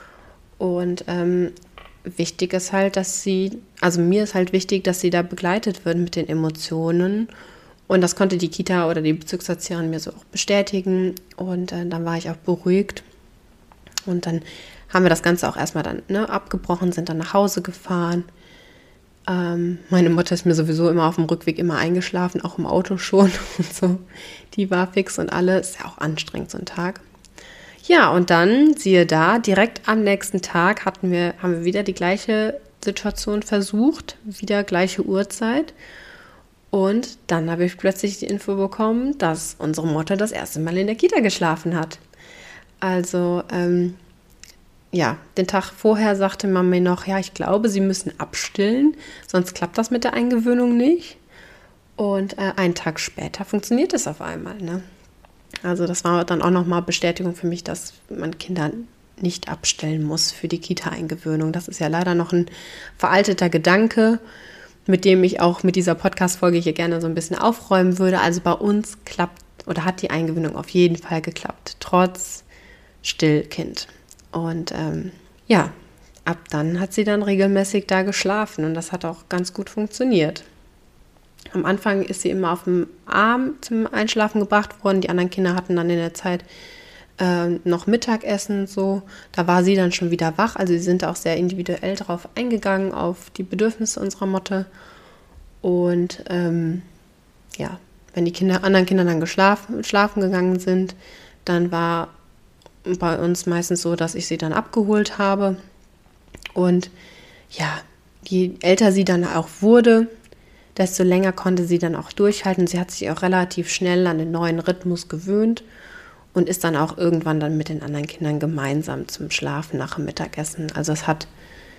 und ähm, wichtig ist halt, dass sie, also mir ist halt wichtig, dass sie da begleitet wird mit den Emotionen und das konnte die Kita oder die Bezugserzieherin mir so auch bestätigen und äh, dann war ich auch beruhigt und dann haben wir das Ganze auch erstmal dann ne, abgebrochen, sind dann nach Hause gefahren. Ähm, meine Mutter ist mir sowieso immer auf dem Rückweg immer eingeschlafen, auch im Auto schon und so. Die war fix und alles. Ist ja auch anstrengend, so ein Tag. Ja, und dann, siehe da, direkt am nächsten Tag hatten wir, haben wir wieder die gleiche Situation versucht, wieder gleiche Uhrzeit. Und dann habe ich plötzlich die Info bekommen, dass unsere Mutter das erste Mal in der Kita geschlafen hat. Also, ähm, ja, den Tag vorher sagte man mir noch, ja, ich glaube, sie müssen abstillen, sonst klappt das mit der Eingewöhnung nicht. Und äh, einen Tag später funktioniert es auf einmal, ne? Also das war dann auch nochmal Bestätigung für mich, dass man Kinder nicht abstellen muss für die Kita-Eingewöhnung. Das ist ja leider noch ein veralteter Gedanke, mit dem ich auch mit dieser Podcast-Folge hier gerne so ein bisschen aufräumen würde. Also bei uns klappt oder hat die Eingewöhnung auf jeden Fall geklappt, trotz Stillkind. Und ähm, ja, ab dann hat sie dann regelmäßig da geschlafen und das hat auch ganz gut funktioniert. Am Anfang ist sie immer auf dem Arm zum Einschlafen gebracht worden. Die anderen Kinder hatten dann in der Zeit äh, noch Mittagessen und so. Da war sie dann schon wieder wach. Also sie sind auch sehr individuell darauf eingegangen, auf die Bedürfnisse unserer Motte. Und ähm, ja, wenn die Kinder, anderen Kinder dann geschlafen, schlafen gegangen sind, dann war bei uns meistens so, dass ich sie dann abgeholt habe. Und ja, je älter sie dann auch wurde, desto länger konnte sie dann auch durchhalten. Sie hat sich auch relativ schnell an den neuen Rhythmus gewöhnt und ist dann auch irgendwann dann mit den anderen Kindern gemeinsam zum Schlafen nach dem Mittagessen. Also es hat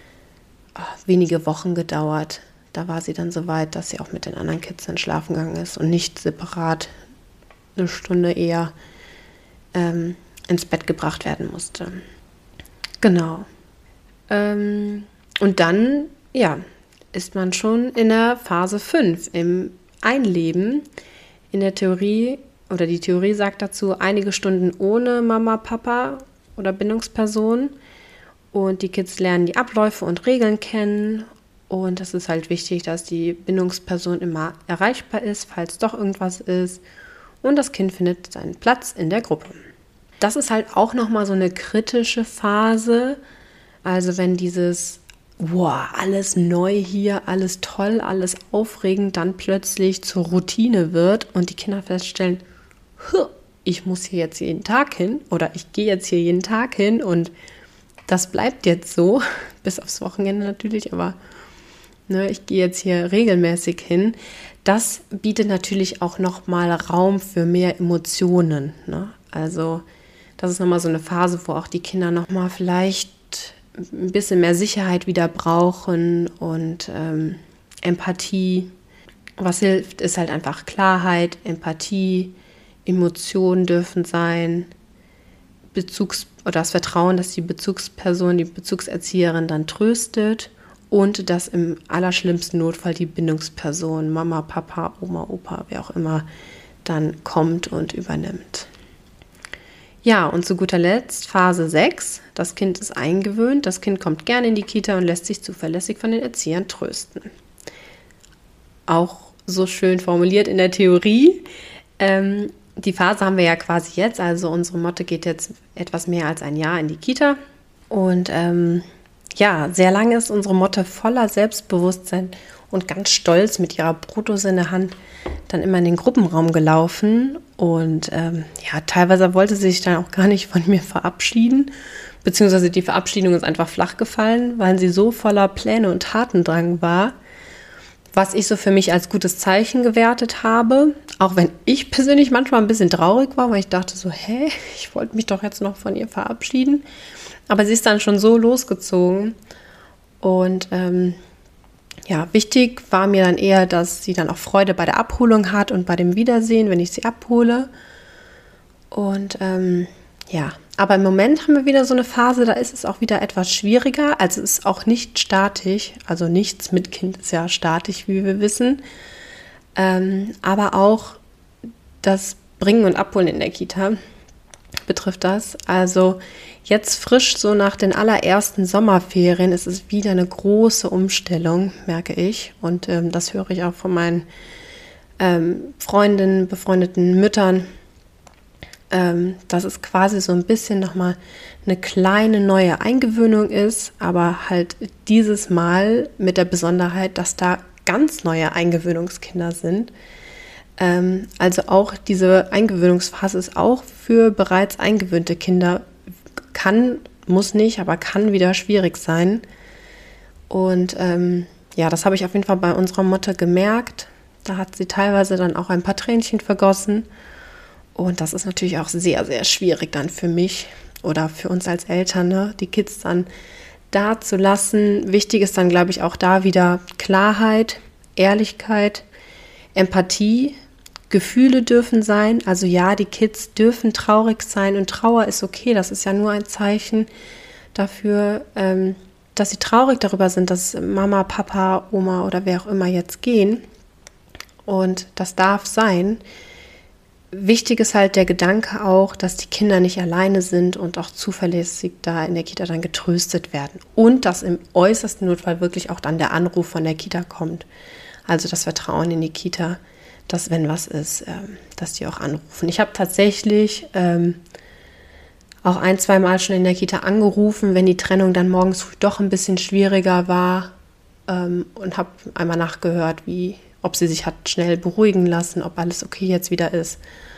oh, wenige Wochen gedauert. Da war sie dann so weit, dass sie auch mit den anderen Kids dann schlafen gegangen ist und nicht separat eine Stunde eher ähm, ins Bett gebracht werden musste. Genau. Ähm, und dann, ja, ist man schon in der Phase fünf im Einleben. In der Theorie, oder die Theorie sagt dazu, einige Stunden ohne Mama, Papa oder Bindungsperson. Und die Kids lernen die Abläufe und Regeln kennen. Und es ist halt wichtig, dass die Bindungsperson immer erreichbar ist, falls doch irgendwas ist. Und das Kind findet seinen Platz in der Gruppe. Das ist halt auch nochmal so eine kritische Phase. Also wenn dieses, wow, alles neu hier, alles toll, alles aufregend, dann plötzlich zur Routine wird und die Kinder feststellen, ich muss hier jetzt jeden Tag hin oder ich gehe jetzt hier jeden Tag hin und das bleibt jetzt so, bis aufs Wochenende natürlich, aber ne, ich gehe jetzt hier regelmäßig hin. Das bietet natürlich auch nochmal Raum für mehr Emotionen, ne? Also das ist nochmal so eine Phase, wo auch die Kinder nochmal vielleicht ein bisschen mehr Sicherheit wieder brauchen und ähm, Empathie. Was hilft, ist halt einfach Klarheit, Empathie, Emotionen dürfen sein, Bezugs- oder das Vertrauen, dass die Bezugsperson, die Bezugserzieherin dann tröstet und dass im allerschlimmsten Notfall die Bindungsperson, Mama, Papa, Oma, Opa, wer auch immer, dann kommt und übernimmt. Ja, und zu guter Letzt Phase sechs. Das Kind ist eingewöhnt, das Kind kommt gerne in die Kita und lässt sich zuverlässig von den Erziehern trösten. Auch so schön formuliert in der Theorie. Ähm, die Phase haben wir ja quasi jetzt. Also unsere Motte geht jetzt etwas mehr als ein Jahr in die Kita. Und ähm, ja, sehr lange ist unsere Motte voller Selbstbewusstsein und ganz stolz mit ihrer Brotdose in der Hand dann immer in den Gruppenraum gelaufen. Und ähm, ja, teilweise wollte sie sich dann auch gar nicht von mir verabschieden. Beziehungsweise die Verabschiedung ist einfach flach gefallen, weil sie so voller Pläne und Tatendrang war. Was ich so für mich als gutes Zeichen gewertet habe. Auch wenn ich persönlich manchmal ein bisschen traurig war, weil ich dachte so, hä, ich wollte mich doch jetzt noch von ihr verabschieden. Aber sie ist dann schon so losgezogen. Und ähm, ja, wichtig war mir dann eher, dass sie dann auch Freude bei der Abholung hat und bei dem Wiedersehen, wenn ich sie abhole. Und ähm, ja, aber im Moment haben wir wieder so eine Phase, da ist es auch wieder etwas schwieriger. Also es ist auch nicht statisch, also nichts mit Kind ist ja statisch, wie wir wissen. Ähm, aber auch das Bringen und Abholen in der Kita betrifft das. Also jetzt frisch so nach den allerersten Sommerferien ist es wieder eine große Umstellung, merke ich. Und ähm, das höre ich auch von meinen ähm, Freundinnen, befreundeten Müttern, ähm, dass es quasi so ein bisschen nochmal eine kleine neue Eingewöhnung ist, aber halt dieses Mal mit der Besonderheit, dass da ganz neue Eingewöhnungskinder sind. Ähm, also auch diese Eingewöhnungsphase ist auch für bereits eingewöhnte Kinder, kann, muss nicht, aber kann wieder schwierig sein. Und ähm, ja, das habe ich auf jeden Fall bei unserer Mutter gemerkt. Da hat sie teilweise dann auch ein paar Tränchen vergossen. Und das ist natürlich auch sehr, sehr schwierig dann für mich oder für uns als Eltern, ne? Die Kids dann da zu lassen. Wichtig ist dann, glaube ich, auch da wieder Klarheit, Ehrlichkeit, Empathie. Gefühle dürfen sein. Also ja, die Kids dürfen traurig sein und Trauer ist okay. Das ist ja nur ein Zeichen dafür, ähm, dass sie traurig darüber sind, dass Mama, Papa, Oma oder wer auch immer jetzt gehen. Und das darf sein. Wichtig ist halt der Gedanke auch, dass die Kinder nicht alleine sind und auch zuverlässig da in der Kita dann getröstet werden. Und dass im äußersten Notfall wirklich auch dann der Anruf von der Kita kommt. Also das Vertrauen in die Kita, dass wenn was ist, ähm, dass die auch anrufen. Ich habe tatsächlich ähm, auch ein, zwei Mal schon in der Kita angerufen, wenn die Trennung dann morgens früh doch ein bisschen schwieriger war ähm, und habe einmal nachgehört, wie, ob sie sich hat schnell beruhigen lassen, ob alles okay jetzt wieder ist.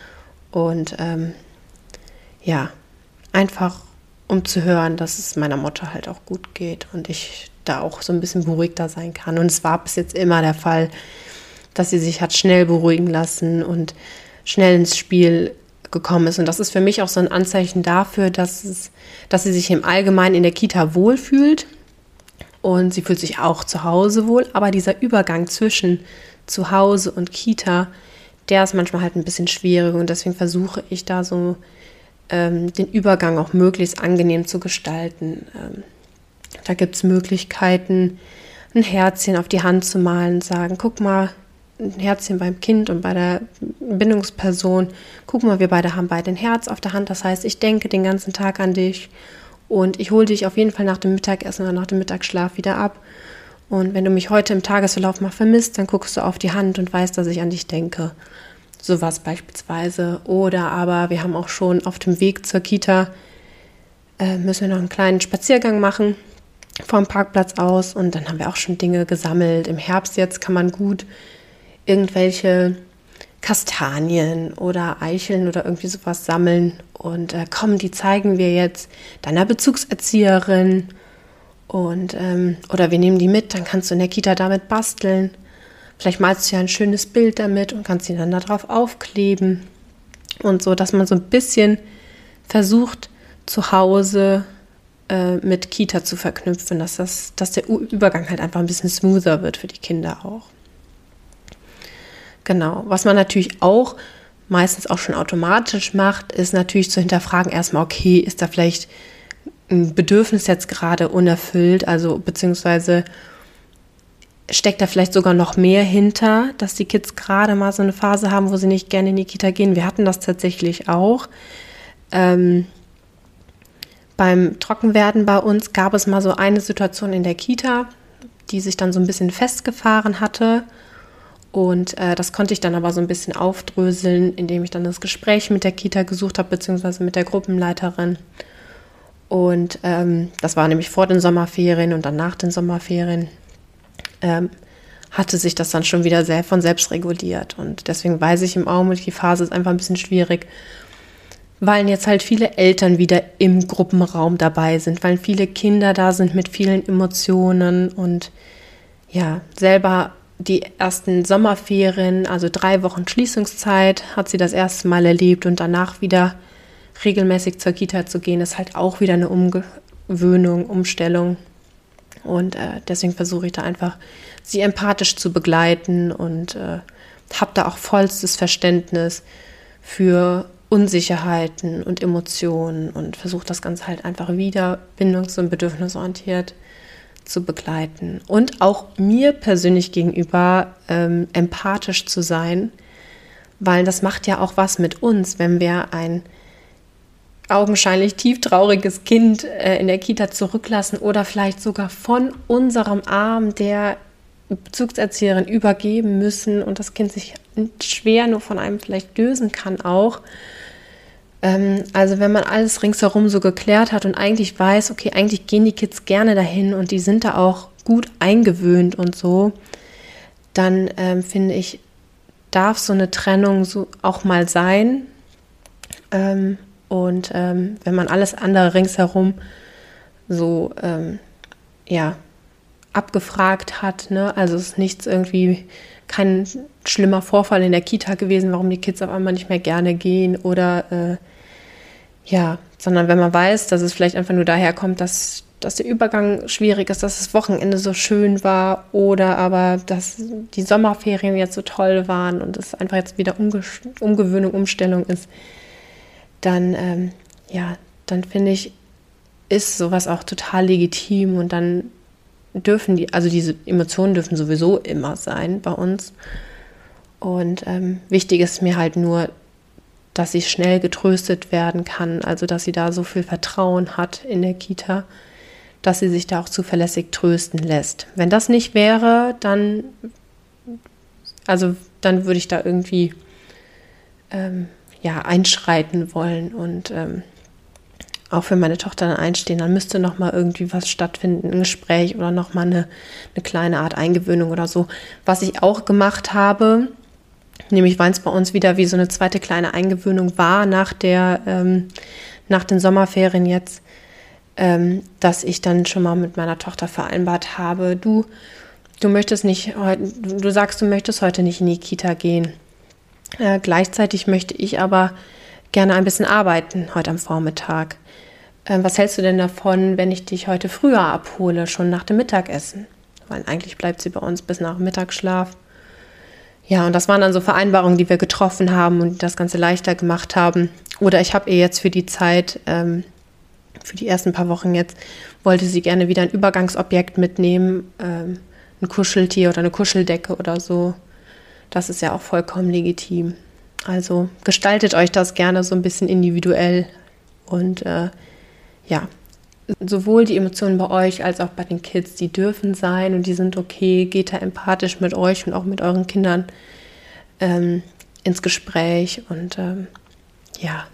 Und ähm, ja, einfach um zu hören, dass es meiner Mutter halt auch gut geht und ich da auch so ein bisschen beruhigter sein kann. Und es war bis jetzt immer der Fall, dass sie sich hat schnell beruhigen lassen und schnell ins Spiel gekommen ist. Und das ist für mich auch so ein Anzeichen dafür, dass, es, dass sie sich im Allgemeinen in der Kita wohlfühlt. Und sie fühlt sich auch zu Hause wohl. Aber dieser Übergang zwischen zu Hause und Kita, der ist manchmal halt ein bisschen schwierig. Und deswegen versuche ich da so ähm, den Übergang auch möglichst angenehm zu gestalten. Ähm, da gibt es Möglichkeiten, ein Herzchen auf die Hand zu malen und sagen, guck mal, ein Herzchen beim Kind und bei der Bindungsperson. Guck mal, wir beide haben beide ein Herz auf der Hand. Das heißt, ich denke den ganzen Tag an dich und ich hole dich auf jeden Fall nach dem Mittagessen oder nach dem Mittagsschlaf wieder ab. Und wenn du mich heute im Tagesverlauf mal vermisst, dann guckst du auf die Hand und weißt, dass ich an dich denke. Sowas beispielsweise. Oder aber wir haben auch schon auf dem Weg zur Kita, äh, müssen wir noch einen kleinen Spaziergang machen vom Parkplatz aus. Und dann haben wir auch schon Dinge gesammelt. Im Herbst jetzt kann man gut irgendwelche Kastanien oder Eicheln oder irgendwie sowas sammeln. Und äh, komm, die zeigen wir jetzt deiner Bezugserzieherin. Und, ähm, oder wir nehmen die mit, dann kannst du in der Kita damit basteln. Vielleicht malst du ja ein schönes Bild damit und kannst sie dann da drauf aufkleben. Und so, dass man so ein bisschen versucht, zu Hause äh, mit Kita zu verknüpfen, dass, das, dass der Übergang halt einfach ein bisschen smoother wird für die Kinder auch. Genau, was man natürlich auch meistens auch schon automatisch macht, ist natürlich zu hinterfragen erstmal, okay, ist da vielleicht ein Bedürfnis jetzt gerade unerfüllt, also beziehungsweise steckt da vielleicht sogar noch mehr hinter, dass die Kids gerade mal so eine Phase haben, wo sie nicht gerne in die Kita gehen. Wir hatten das tatsächlich auch. Ähm, beim Trockenwerden bei uns gab es mal so eine Situation in der Kita, die sich dann so ein bisschen festgefahren hatte. Und äh, das konnte ich dann aber so ein bisschen aufdröseln, indem ich dann das Gespräch mit der Kita gesucht habe, beziehungsweise mit der Gruppenleiterin. Und ähm, das war nämlich vor den Sommerferien und dann nach den Sommerferien. Ähm, hatte sich das dann schon wieder sehr von selbst reguliert. Und deswegen weiß ich im Augenblick, die Phase ist einfach ein bisschen schwierig, weil jetzt halt viele Eltern wieder im Gruppenraum dabei sind, weil viele Kinder da sind mit vielen Emotionen und ja, selber die ersten Sommerferien, also drei Wochen Schließungszeit, hat sie das erste Mal erlebt und danach wieder regelmäßig zur Kita zu gehen, ist halt auch wieder eine Umgewöhnung, Umstellung. Und äh, deswegen versuche ich da einfach, sie empathisch zu begleiten und äh, habe da auch vollstes Verständnis für Unsicherheiten und Emotionen und versuche das Ganze halt einfach wieder bindungs- und bedürfnisorientiert zu begleiten. Und auch mir persönlich gegenüber ähm, empathisch zu sein, weil das macht ja auch was mit uns, wenn wir ein augenscheinlich tieftrauriges Kind äh, in der Kita zurücklassen oder vielleicht sogar von unserem Arm der Bezugserzieherin übergeben müssen und das Kind sich schwer nur von einem vielleicht lösen kann auch. Ähm, also wenn man alles ringsherum so geklärt hat und eigentlich weiß, okay, eigentlich gehen die Kids gerne dahin und die sind da auch gut eingewöhnt und so, dann ähm, finde ich, darf so eine Trennung so auch mal sein. Ähm, Und ähm, wenn man alles andere ringsherum so ähm, ja, abgefragt hat, ne? Also es ist nichts irgendwie, kein schlimmer Vorfall in der Kita gewesen, warum die Kids auf einmal nicht mehr gerne gehen oder äh, ja, sondern wenn man weiß, dass es vielleicht einfach nur daher kommt, dass, dass der Übergang schwierig ist, dass das Wochenende so schön war oder aber, dass die Sommerferien jetzt so toll waren und es einfach jetzt wieder Umge- Umgewöhnung, Umstellung ist, dann, ähm, ja, dann finde ich, ist sowas auch total legitim und dann dürfen die, also diese Emotionen dürfen sowieso immer sein bei uns. Und ähm, wichtig ist mir halt nur, dass sie schnell getröstet werden kann, also dass sie da so viel Vertrauen hat in der Kita, dass sie sich da auch zuverlässig trösten lässt. Wenn das nicht wäre, dann, also dann würde ich da irgendwie ähm, ja, einschreiten wollen und ähm, auch für meine Tochter dann einstehen, dann müsste nochmal irgendwie was stattfinden, ein Gespräch oder nochmal eine, eine kleine Art Eingewöhnung oder so. Was ich auch gemacht habe, nämlich weil es bei uns wieder wie so eine zweite kleine Eingewöhnung war nach der, ähm, nach den Sommerferien jetzt, ähm, dass ich dann schon mal mit meiner Tochter vereinbart habe, du, du möchtest nicht heute, du sagst, du möchtest heute nicht in die Kita gehen. Äh, gleichzeitig möchte ich aber gerne ein bisschen arbeiten heute am Vormittag. Äh, was hältst du denn davon, wenn ich dich heute früher abhole, schon nach dem Mittagessen? Weil eigentlich bleibt sie bei uns bis nach dem Mittagsschlaf. Ja, und das waren dann so Vereinbarungen, die wir getroffen haben und das Ganze leichter gemacht haben. Oder ich habe ihr jetzt für die Zeit, ähm, für die ersten paar Wochen jetzt, wollte sie gerne wieder ein Übergangsobjekt mitnehmen, ähm, ein Kuscheltier oder eine Kuscheldecke oder so. Das ist ja auch vollkommen legitim. Also gestaltet euch das gerne so ein bisschen individuell und äh, ja, sowohl die Emotionen bei euch als auch bei den Kids, die dürfen sein und die sind okay. Geht da empathisch mit euch und auch mit euren Kindern ähm, ins Gespräch und ähm, ja.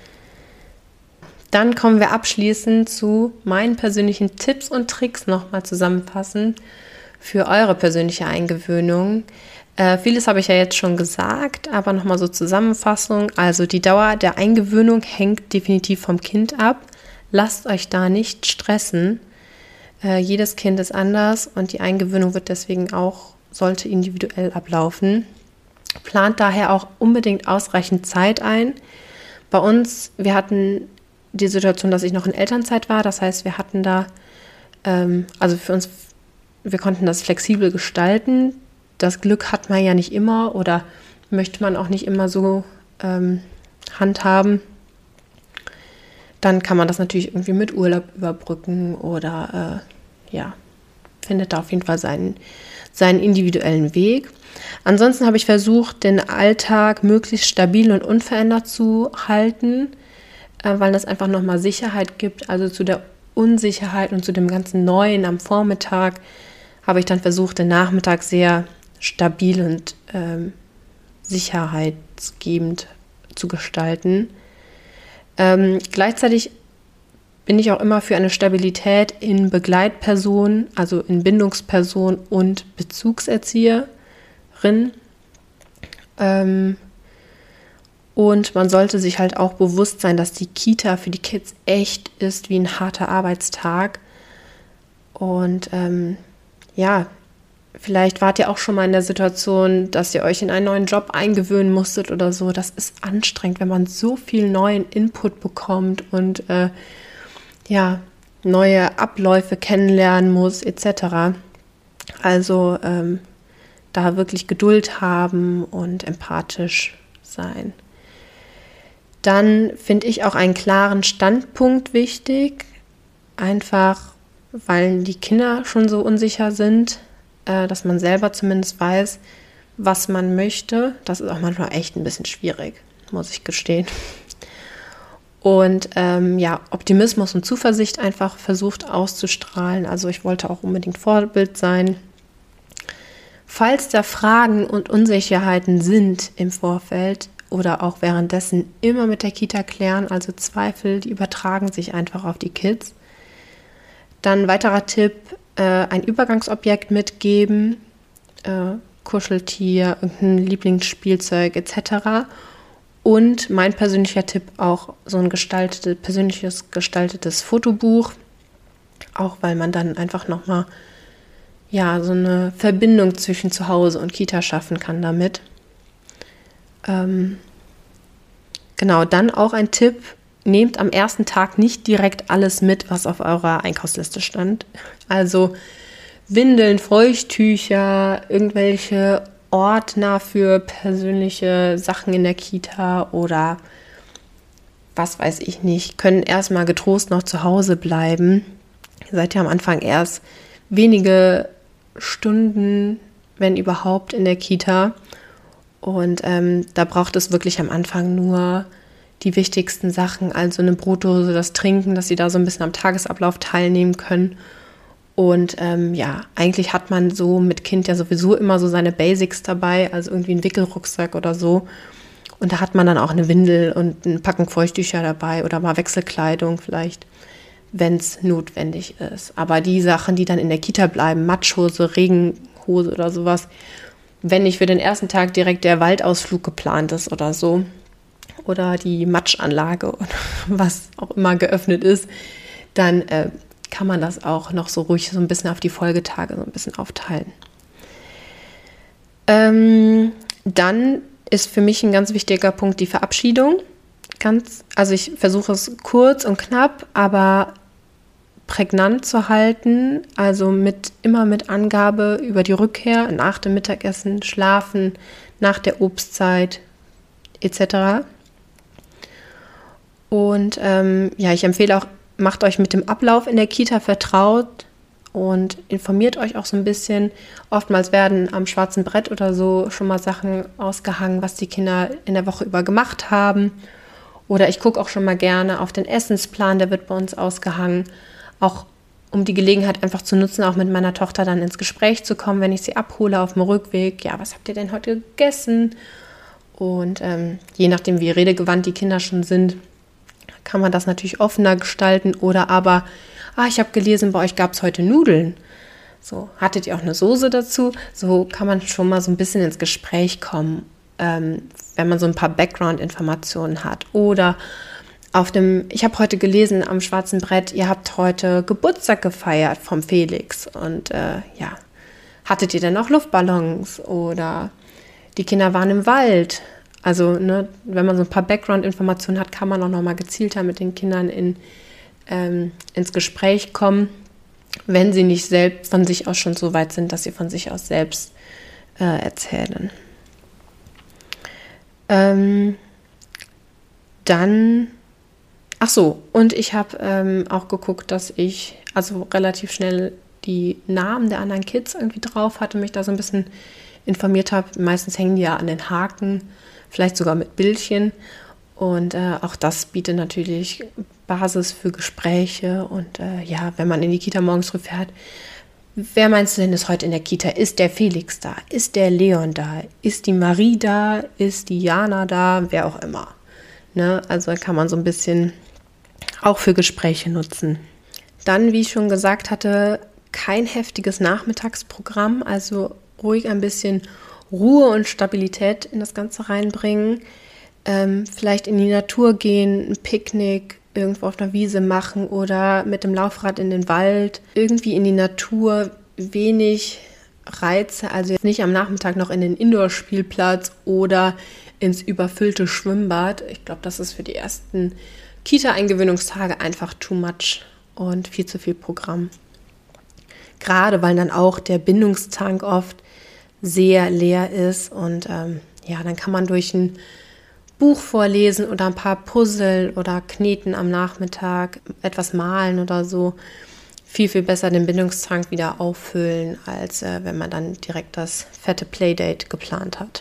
Dann kommen wir abschließend zu meinen persönlichen Tipps und Tricks nochmal zusammenfassend für eure persönliche Eingewöhnung. Äh, vieles habe ich ja jetzt schon gesagt, aber nochmal so Zusammenfassung. Also die Dauer der Eingewöhnung hängt definitiv vom Kind ab. Lasst euch da nicht stressen. Äh, jedes Kind ist anders und die Eingewöhnung wird deswegen auch, sollte individuell ablaufen. Plant daher auch unbedingt ausreichend Zeit ein. Bei uns, wir hatten die Situation, dass ich noch in Elternzeit war. Das heißt, wir hatten da, ähm, also für uns, wir konnten das flexibel gestalten. Das Glück hat man ja nicht immer oder möchte man auch nicht immer so ähm, handhaben. Dann kann man das natürlich irgendwie mit Urlaub überbrücken oder äh, ja, findet da auf jeden Fall seinen, seinen individuellen Weg. Ansonsten habe ich versucht, den Alltag möglichst stabil und unverändert zu halten, äh, weil das einfach nochmal Sicherheit gibt. Also zu der Unsicherheit und zu dem ganzen Neuen am Vormittag habe ich dann versucht, den Nachmittag sehr stabil und ähm, sicherheitsgebend zu gestalten. Ähm, gleichzeitig bin ich auch immer für eine Stabilität in Begleitperson, also in Bindungsperson und Bezugserzieherin. Ähm, und man sollte sich halt auch bewusst sein, dass die Kita für die Kids echt ist wie ein harter Arbeitstag. Und ähm, ja, vielleicht wart ihr auch schon mal in der Situation, dass ihr euch in einen neuen Job eingewöhnen musstet oder so. Das ist anstrengend, wenn man so viel neuen Input bekommt und äh, ja, neue Abläufe kennenlernen muss, et cetera. Also ähm, da wirklich Geduld haben und empathisch sein. Dann finde ich auch einen klaren Standpunkt wichtig, einfach weil die Kinder schon so unsicher sind, äh, dass man selber zumindest weiß, was man möchte. Das ist auch manchmal echt ein bisschen schwierig, muss ich gestehen. Und ähm, ja, Optimismus und Zuversicht einfach versucht auszustrahlen. Also ich wollte auch unbedingt Vorbild sein. Falls da Fragen und Unsicherheiten sind im Vorfeld oder auch währenddessen, immer mit der Kita klären. Also Zweifel, die übertragen sich einfach auf die Kids. Dann weiterer Tipp, äh, ein Übergangsobjekt mitgeben, äh, Kuscheltier, irgendein Lieblingsspielzeug et cetera. Und mein persönlicher Tipp auch so ein gestaltetes, persönliches gestaltetes Fotobuch, auch weil man dann einfach nochmal ja, so eine Verbindung zwischen Zuhause und Kita schaffen kann damit. Ähm, genau, dann auch ein Tipp, nehmt am ersten Tag nicht direkt alles mit, was auf eurer Einkaufsliste stand. Also Windeln, Feuchttücher, irgendwelche Ordner für persönliche Sachen in der Kita oder was weiß ich nicht, können erstmal getrost noch zu Hause bleiben. Ihr seid ja am Anfang erst wenige Stunden, wenn überhaupt, in der Kita. Und ähm, da braucht es wirklich am Anfang nur die wichtigsten Sachen, also eine Brotdose, das Trinken, dass sie da so ein bisschen am Tagesablauf teilnehmen können. Und ähm, ja, eigentlich hat man so mit Kind ja sowieso immer so seine Basics dabei, also irgendwie einen Wickelrucksack oder so. Und da hat man dann auch eine Windel und ein Packen Feuchttücher dabei oder mal Wechselkleidung vielleicht, wenn es notwendig ist. Aber die Sachen, die dann in der Kita bleiben, Matschhose, Regenhose oder sowas, wenn nicht für den ersten Tag direkt der Waldausflug geplant ist oder so, oder die Matschanlage oder was auch immer geöffnet ist, dann äh, kann man das auch noch so ruhig so ein bisschen auf die Folgetage so ein bisschen aufteilen. Ähm, dann ist für mich ein ganz wichtiger Punkt die Verabschiedung. Ganz, also ich versuche es kurz und knapp, aber prägnant zu halten, also mit immer mit Angabe über die Rückkehr, nach dem Mittagessen, Schlafen, nach der Obstzeit et cetera. Und ähm, ja, ich empfehle auch, macht euch mit dem Ablauf in der Kita vertraut und informiert euch auch so ein bisschen. Oftmals werden am schwarzen Brett oder so schon mal Sachen ausgehangen, was die Kinder in der Woche über gemacht haben. Oder ich gucke auch schon mal gerne auf den Essensplan, der wird bei uns ausgehangen. Auch um die Gelegenheit einfach zu nutzen, auch mit meiner Tochter dann ins Gespräch zu kommen, wenn ich sie abhole auf dem Rückweg. Ja, was habt ihr denn heute gegessen? Und ähm, je nachdem, wie redegewandt die Kinder schon sind, kann man das natürlich offener gestalten. Oder aber, ah, ich habe gelesen, bei euch gab es heute Nudeln. So, hattet ihr auch eine Soße dazu? So kann man schon mal so ein bisschen ins Gespräch kommen, ähm, wenn man so ein paar Background-Informationen hat. Oder auf dem, ich habe heute gelesen am schwarzen Brett, ihr habt heute Geburtstag gefeiert vom Felix. Und äh, ja, hattet ihr denn noch Luftballons? Oder die Kinder waren im Wald. Also, ne, wenn man so ein paar Background-Informationen hat, kann man auch noch mal gezielter mit den Kindern in, ähm, ins Gespräch kommen, wenn sie nicht selbst von sich aus schon so weit sind, dass sie von sich aus selbst äh, erzählen. Ähm, dann, ach so, und ich habe ähm, auch geguckt, dass ich also relativ schnell die Namen der anderen Kids irgendwie drauf hatte, mich da so ein bisschen informiert habe. Meistens hängen die ja an den Haken, vielleicht sogar mit Bildchen. Und äh, auch das bietet natürlich Basis für Gespräche. Und äh, ja, wenn man in die Kita morgens früh fährt, wer meinst du denn ist heute in der Kita? Ist der Felix da? Ist der Leon da? Ist die Marie da? Ist die Jana da? Wer auch immer. Ne? Also kann man so ein bisschen auch für Gespräche nutzen. Dann, wie ich schon gesagt hatte, kein heftiges Nachmittagsprogramm, also ruhig ein bisschen Ruhe und Stabilität in das Ganze reinbringen. Ähm, vielleicht in die Natur gehen, ein Picknick irgendwo auf einer Wiese machen oder mit dem Laufrad in den Wald. Irgendwie in die Natur, wenig Reize, also jetzt nicht am Nachmittag noch in den Indoor-Spielplatz oder ins überfüllte Schwimmbad. Ich glaube, das ist für die ersten Kita-Eingewöhnungstage einfach too much und viel zu viel Programm. Gerade weil dann auch der Bindungstank oft sehr leer ist und ähm, ja, dann kann man durch ein Buch vorlesen oder ein paar Puzzle oder kneten am Nachmittag, etwas malen oder so, viel, viel besser den Bindungstank wieder auffüllen, als äh, wenn man dann direkt das fette Playdate geplant hat.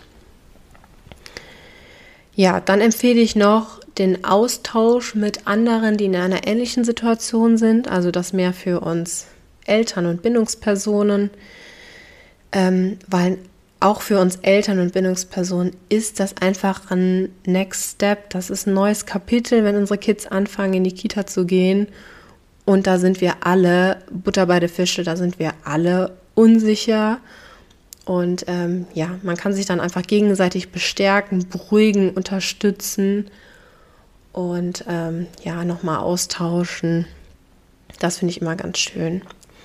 Ja, dann empfehle ich noch den Austausch mit anderen, die in einer ähnlichen Situation sind, also das mehr für uns Eltern und Bindungspersonen, ähm, weil auch für uns Eltern und Bindungspersonen ist das einfach ein Next Step. Das ist ein neues Kapitel, wenn unsere Kids anfangen, in die Kita zu gehen. Und da sind wir alle, Butter bei der Fische, da sind wir alle unsicher. Und ähm, ja, man kann sich dann einfach gegenseitig bestärken, beruhigen, unterstützen und ähm, ja, nochmal austauschen. Das finde ich immer ganz schön.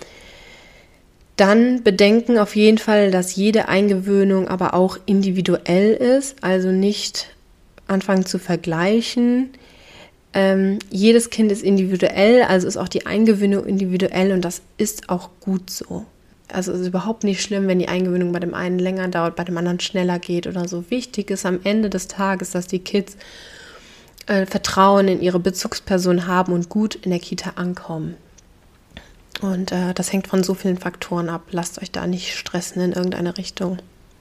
Dann bedenken auf jeden Fall, dass jede Eingewöhnung aber auch individuell ist, also nicht anfangen zu vergleichen. Ähm, jedes Kind ist individuell, also ist auch die Eingewöhnung individuell und das ist auch gut so. Also es ist überhaupt nicht schlimm, wenn die Eingewöhnung bei dem einen länger dauert, bei dem anderen schneller geht oder so. Wichtig ist am Ende des Tages, dass die Kids äh, Vertrauen in ihre Bezugsperson haben und gut in der Kita ankommen. Und äh, das hängt von so vielen Faktoren ab. Lasst euch da nicht stressen in irgendeine Richtung.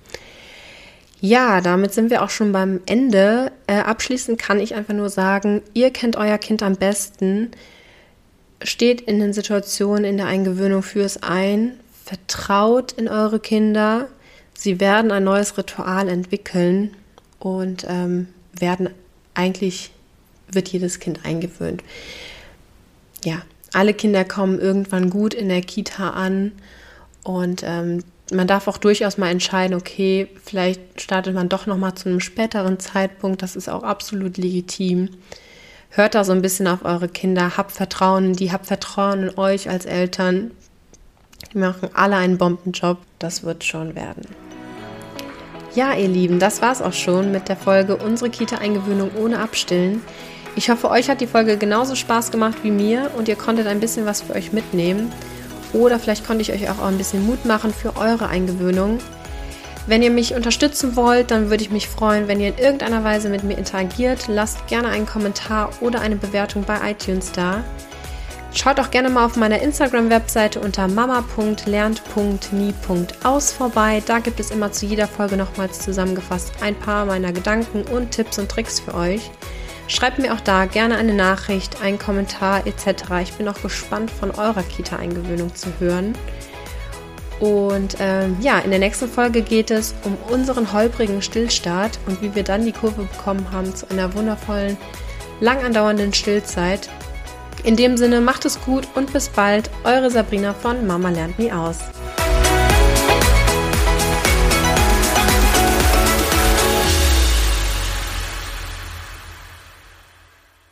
Ja, damit sind wir auch schon beim Ende. Äh, abschließend kann ich einfach nur sagen, ihr kennt euer Kind am besten. Steht in den Situationen in der Eingewöhnung für es ein. Vertraut in eure Kinder. Sie werden ein neues Ritual entwickeln und ähm, werden eigentlich, wird jedes Kind eingewöhnt. Ja, alle Kinder kommen irgendwann gut in der Kita an und ähm, man darf auch durchaus mal entscheiden, okay, vielleicht startet man doch nochmal zu einem späteren Zeitpunkt, das ist auch absolut legitim. Hört da so ein bisschen auf eure Kinder, habt Vertrauen in die, habt Vertrauen in euch als Eltern. Die machen alle einen Bombenjob, das wird schon werden. Ja, ihr Lieben, das war's auch schon mit der Folge Unsere Kita-Eingewöhnung ohne Abstillen. Ich hoffe, euch hat die Folge genauso Spaß gemacht wie mir und ihr konntet ein bisschen was für euch mitnehmen. Oder vielleicht konnte ich euch auch ein bisschen Mut machen für eure Eingewöhnung. Wenn ihr mich unterstützen wollt, dann würde ich mich freuen, wenn ihr in irgendeiner Weise mit mir interagiert. Lasst gerne einen Kommentar oder eine Bewertung bei iTunes da. Schaut auch gerne mal auf meiner Instagram-Webseite unter mama punkt lernt punkt nie punkt aus vorbei. Da gibt es immer zu jeder Folge nochmals zusammengefasst ein paar meiner Gedanken und Tipps und Tricks für euch. Schreibt mir auch da gerne eine Nachricht, einen Kommentar et cetera. Ich bin auch gespannt, von eurer Kita-Eingewöhnung zu hören. Und ähm, ja, in der nächsten Folge geht es um unseren holprigen Stillstart und wie wir dann die Kurve bekommen haben zu einer wundervollen, lang andauernden Stillzeit. In dem Sinne, macht es gut und bis bald. Eure Sabrina von Mama lernt nie aus.